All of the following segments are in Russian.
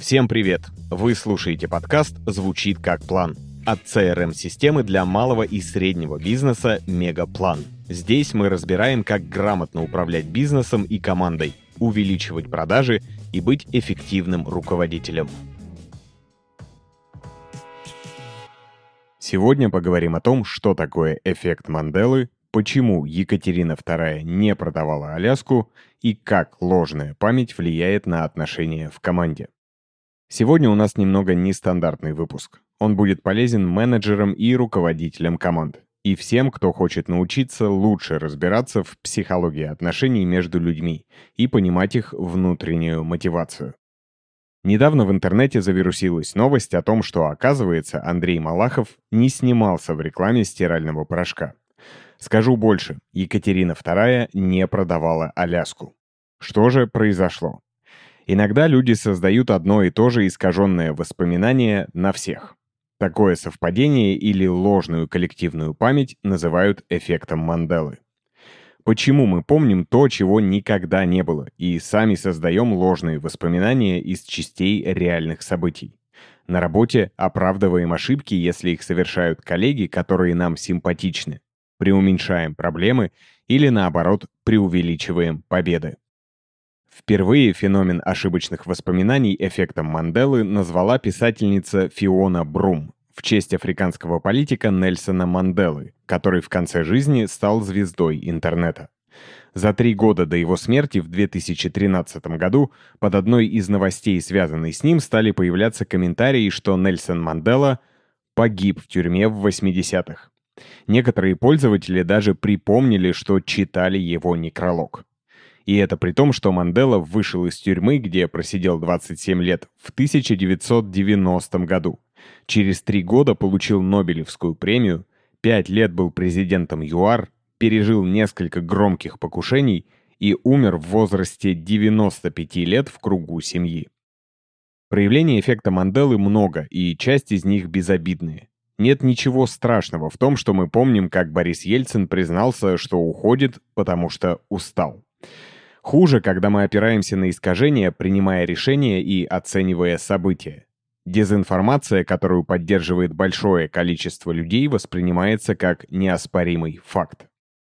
Всем привет! Вы слушаете подкаст «Звучит как план» от CRM-системы для малого и среднего бизнеса «Мегаплан». Здесь мы разбираем, как грамотно управлять бизнесом и командой, увеличивать продажи и быть эффективным руководителем. Сегодня поговорим о том, что такое эффект Манделы, почему Екатерина II не продавала Аляску и как ложная память влияет на отношения в команде. Сегодня у нас немного нестандартный выпуск. Он будет полезен менеджерам и руководителям команд. И всем, кто хочет научиться лучше разбираться в психологии отношений между людьми и понимать их внутреннюю мотивацию. Недавно в интернете завирусилась новость о том, что, оказывается, Андрей Малахов не снимался в рекламе стирального порошка. Скажу больше, Екатерина II не продавала Аляску. Что же произошло? Иногда люди создают одно и то же искаженное воспоминание на всех. Такое совпадение или ложную коллективную память называют эффектом Манделы. Почему мы помним то, чего никогда не было, и сами создаем ложные воспоминания из частей реальных событий? На работе оправдываем ошибки, если их совершают коллеги, которые нам симпатичны. Преуменьшаем проблемы или, наоборот, преувеличиваем победы. Впервые феномен ошибочных воспоминаний эффектом Манделы назвала писательница Фиона Брум в честь африканского политика Нельсона Манделы, который в конце жизни стал звездой интернета. За 3 года до его смерти в 2013 году под одной из новостей, связанной с ним, стали появляться комментарии, что Нельсон Мандела погиб в тюрьме в 80-х. Некоторые пользователи даже припомнили, что читали его некролог. И это при том, что Мандела вышел из тюрьмы, где просидел 27 лет, в 1990 году. Через 3 года получил Нобелевскую премию, 5 лет был президентом ЮАР, пережил несколько громких покушений и умер в возрасте 95 лет в кругу семьи. Проявлений эффекта Манделы много, и часть из них безобидные. Нет ничего страшного в том, что мы помним, как Борис Ельцин признался, что уходит, потому что устал. Хуже, когда мы опираемся на искажения, принимая решения и оценивая события. Дезинформация, которую поддерживает большое количество людей, воспринимается как неоспоримый факт.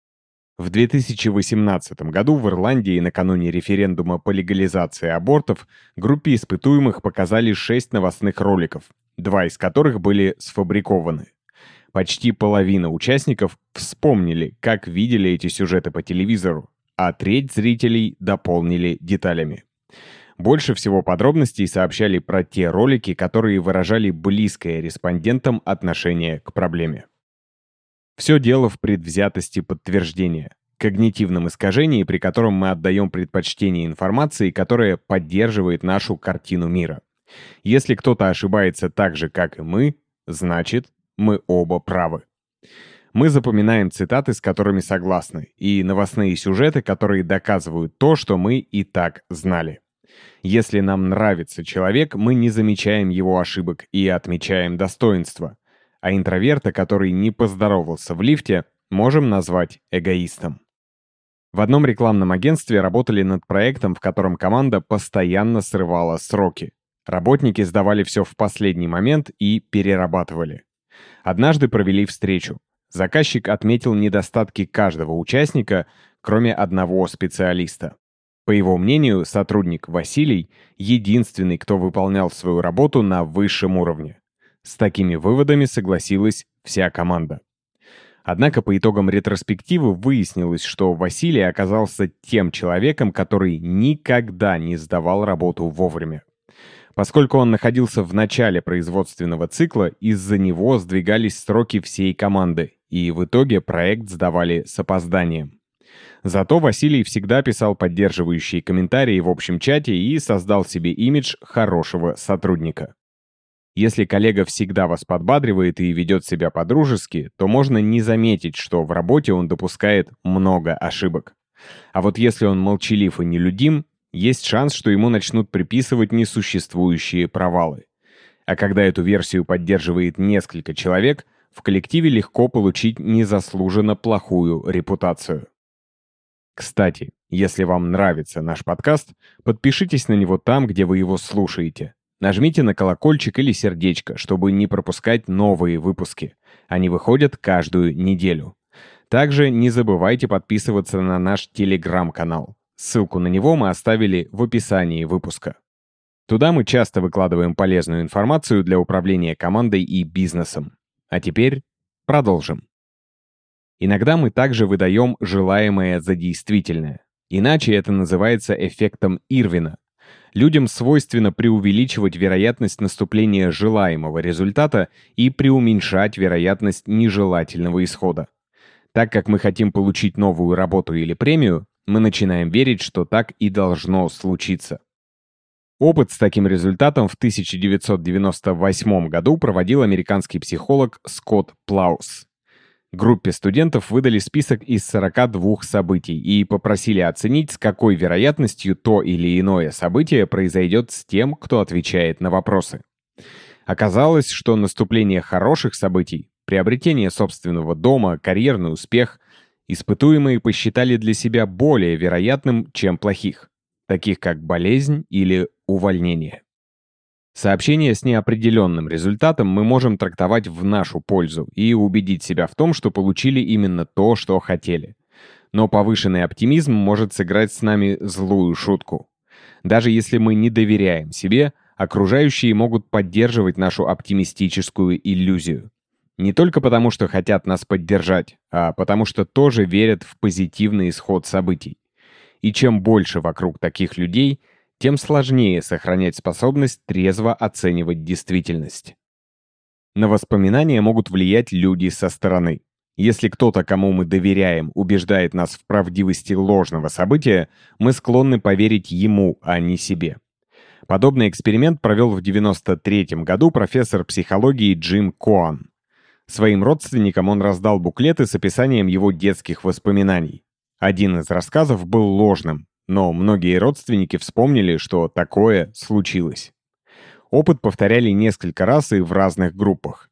В 2018 году в Ирландии накануне референдума по легализации абортов группе испытуемых показали 6 новостных роликов, 2 из которых были сфабрикованы. Почти половина участников вспомнили, как видели эти сюжеты по телевизору, а треть зрителей дополнили деталями. Больше всего подробностей сообщали про те ролики, которые выражали близкое респондентам отношение к проблеме. Все дело в предвзятости подтверждения, когнитивном искажении, при котором мы отдаем предпочтение информации, которая поддерживает нашу картину мира. Если кто-то ошибается так же, как и мы, значит, мы оба правы. Мы запоминаем цитаты, с которыми согласны, и новостные сюжеты, которые доказывают то, что мы и так знали. Если нам нравится человек, мы не замечаем его ошибок и отмечаем достоинства. А интроверта, который не поздоровался в лифте, можем назвать эгоистом. В одном рекламном агентстве работали над проектом, в котором команда постоянно срывала сроки. Работники сдавали все в последний момент и перерабатывали. Однажды провели встречу. Заказчик отметил недостатки каждого участника, кроме одного специалиста. По его мнению, сотрудник Василий — единственный, кто выполнял свою работу на высшем уровне. С такими выводами согласилась вся команда. Однако по итогам ретроспективы выяснилось, что Василий оказался тем человеком, который никогда не сдавал работу вовремя. Поскольку он находился в начале производственного цикла, из-за него сдвигались сроки всей команды, и в итоге проект сдавали с опозданием. Зато Василий всегда писал поддерживающие комментарии в общем чате и создал себе имидж хорошего сотрудника. Если коллега всегда вас подбадривает и ведет себя по-дружески, то можно не заметить, что в работе он допускает много ошибок. А вот если он молчалив и нелюдим, есть шанс, что ему начнут приписывать несуществующие провалы. А когда эту версию поддерживает несколько человек, в коллективе легко получить незаслуженно плохую репутацию. Кстати, если вам нравится наш подкаст, подпишитесь на него там, где вы его слушаете. Нажмите на колокольчик или сердечко, чтобы не пропускать новые выпуски. Они выходят каждую неделю. Также не забывайте подписываться на наш телеграм-канал. Ссылку на него мы оставили в описании выпуска. Туда мы часто выкладываем полезную информацию для управления командой и бизнесом. А теперь продолжим. Иногда мы также выдаем желаемое за действительное. Иначе это называется эффектом Ирвина. Людям свойственно преувеличивать вероятность наступления желаемого результата и преуменьшать вероятность нежелательного исхода. Так как мы хотим получить новую работу или премию, мы начинаем верить, что так и должно случиться. Опыт с таким результатом в 1998 году проводил американский психолог Скотт Плаус. Группе студентов выдали список из 42 событий и попросили оценить, с какой вероятностью то или иное событие произойдет с тем, кто отвечает на вопросы. Оказалось, что наступление хороших событий, приобретение собственного дома, карьерный успех, испытуемые посчитали для себя более вероятным, чем плохих, таких как болезнь или увольнение. Сообщение с неопределенным результатом мы можем трактовать в нашу пользу и убедить себя в том, что получили именно то, что хотели. Но повышенный оптимизм может сыграть с нами злую шутку. Даже если мы не доверяем себе, окружающие могут поддерживать нашу оптимистическую иллюзию. Не только потому, что хотят нас поддержать, а потому что тоже верят в позитивный исход событий. И чем больше вокруг таких людей, тем сложнее сохранять способность трезво оценивать действительность. На воспоминания могут влиять люди со стороны. Если кто-то, кому мы доверяем, убеждает нас в правдивости ложного события, мы склонны поверить ему, а не себе. Подобный эксперимент провел в 1993 году профессор психологии Джим Коан. Своим родственникам он раздал буклеты с описанием его детских воспоминаний. Один из рассказов был ложным, но многие родственники вспомнили, что такое случилось. Опыт повторяли несколько раз и в разных группах.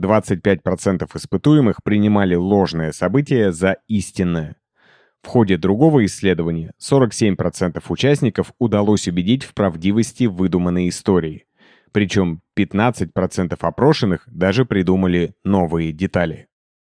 25% испытуемых принимали ложное событие за истинное. В ходе другого исследования 47% участников удалось убедить в правдивости выдуманной истории. Причем 15% опрошенных даже придумали новые детали.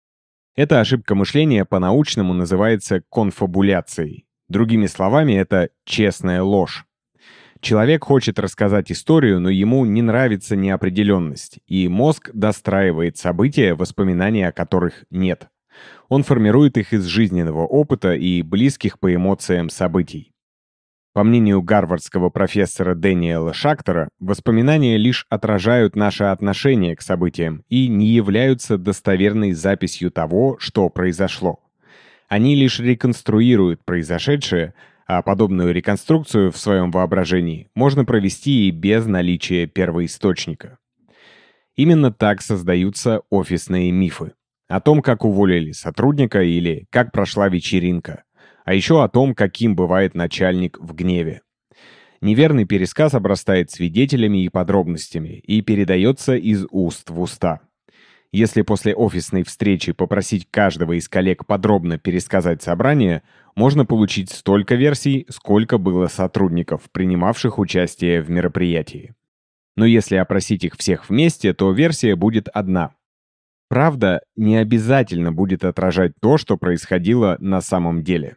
Эта ошибка мышления по-научному называется конфабуляцией. Другими словами, это честная ложь. Человек хочет рассказать историю, но ему не нравится неопределенность, и мозг достраивает события, воспоминаний о которых нет. Он формирует их из жизненного опыта и близких по эмоциям событий. По мнению гарвардского профессора Дэниела Шактера, воспоминания лишь отражают наше отношение к событиям и не являются достоверной записью того, что произошло. Они лишь реконструируют произошедшее, а подобную реконструкцию в своем воображении можно провести и без наличия первоисточника. Именно так создаются офисные мифы. О том, как уволили сотрудника или как прошла вечеринка. А еще о том, каким бывает начальник в гневе. Неверный пересказ обрастает свидетелями и подробностями и передается из уст в уста. Если после офисной встречи попросить каждого из коллег подробно пересказать собрание, можно получить столько версий, сколько было сотрудников, принимавших участие в мероприятии. Но если опросить их всех вместе, то версия будет одна. Правда не обязательно будет отражать то, что происходило на самом деле.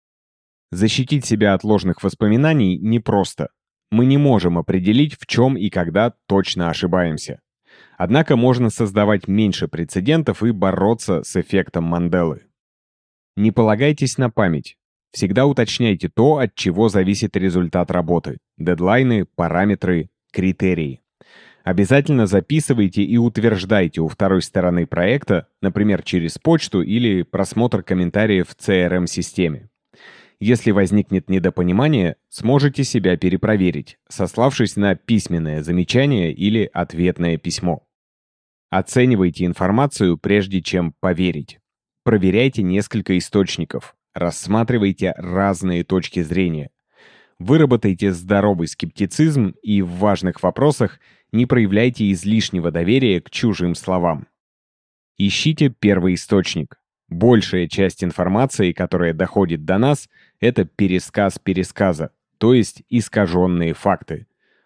Защитить себя от ложных воспоминаний непросто. Мы не можем определить, в чем и когда точно ошибаемся. Однако можно создавать меньше прецедентов и бороться с эффектом Манделы. Не полагайтесь на память. Всегда уточняйте то, от чего зависит результат работы. Дедлайны, параметры, критерии. Обязательно записывайте и утверждайте у второй стороны проекта, например, через почту или просмотр комментариев в CRM-системе. Если возникнет недопонимание, сможете себя перепроверить, сославшись на письменное замечание или ответное письмо. Оценивайте информацию, прежде чем поверить. Проверяйте несколько источников. Рассматривайте разные точки зрения. Выработайте здоровый скептицизм и в важных вопросах не проявляйте излишнего доверия к чужим словам. Ищите первоисточник. Большая часть информации, которая доходит до нас, это пересказ пересказа, то есть искаженные факты.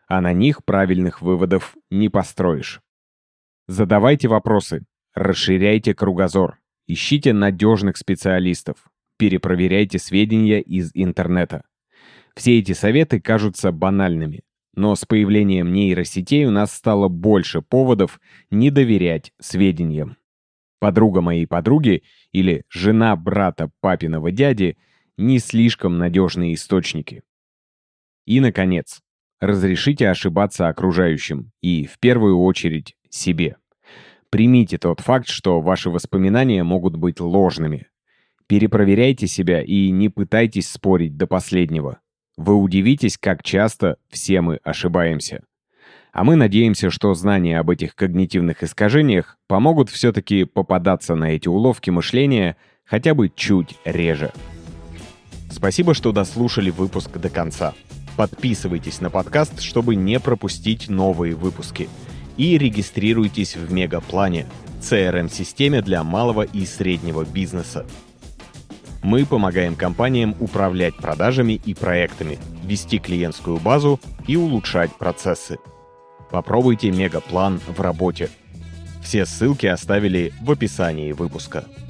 а на них правильных выводов не построишь. Задавайте вопросы, расширяйте кругозор, ищите надежных специалистов, перепроверяйте сведения из интернета. Все эти советы кажутся банальными, но с появлением нейросетей у нас стало больше поводов не доверять сведениям. Подруга моей подруги или жена брата папиного дяди — не слишком надежные источники. И, наконец, разрешите ошибаться окружающим и, в первую очередь, себе. Примите тот факт, что ваши воспоминания могут быть ложными. Перепроверяйте себя и не пытайтесь спорить до последнего. Вы удивитесь, как часто все мы ошибаемся. А мы надеемся, что знания об этих когнитивных искажениях помогут все-таки попадаться на эти уловки мышления хотя бы чуть реже. Спасибо, что дослушали выпуск до конца. Подписывайтесь на подкаст, чтобы не пропустить новые выпуски. И регистрируйтесь в Мегаплане, CRM-системе для малого и среднего бизнеса. Мы помогаем компаниям управлять продажами и проектами, вести клиентскую базу и улучшать процессы. Попробуйте Мегаплан в работе. Все ссылки оставили в описании выпуска.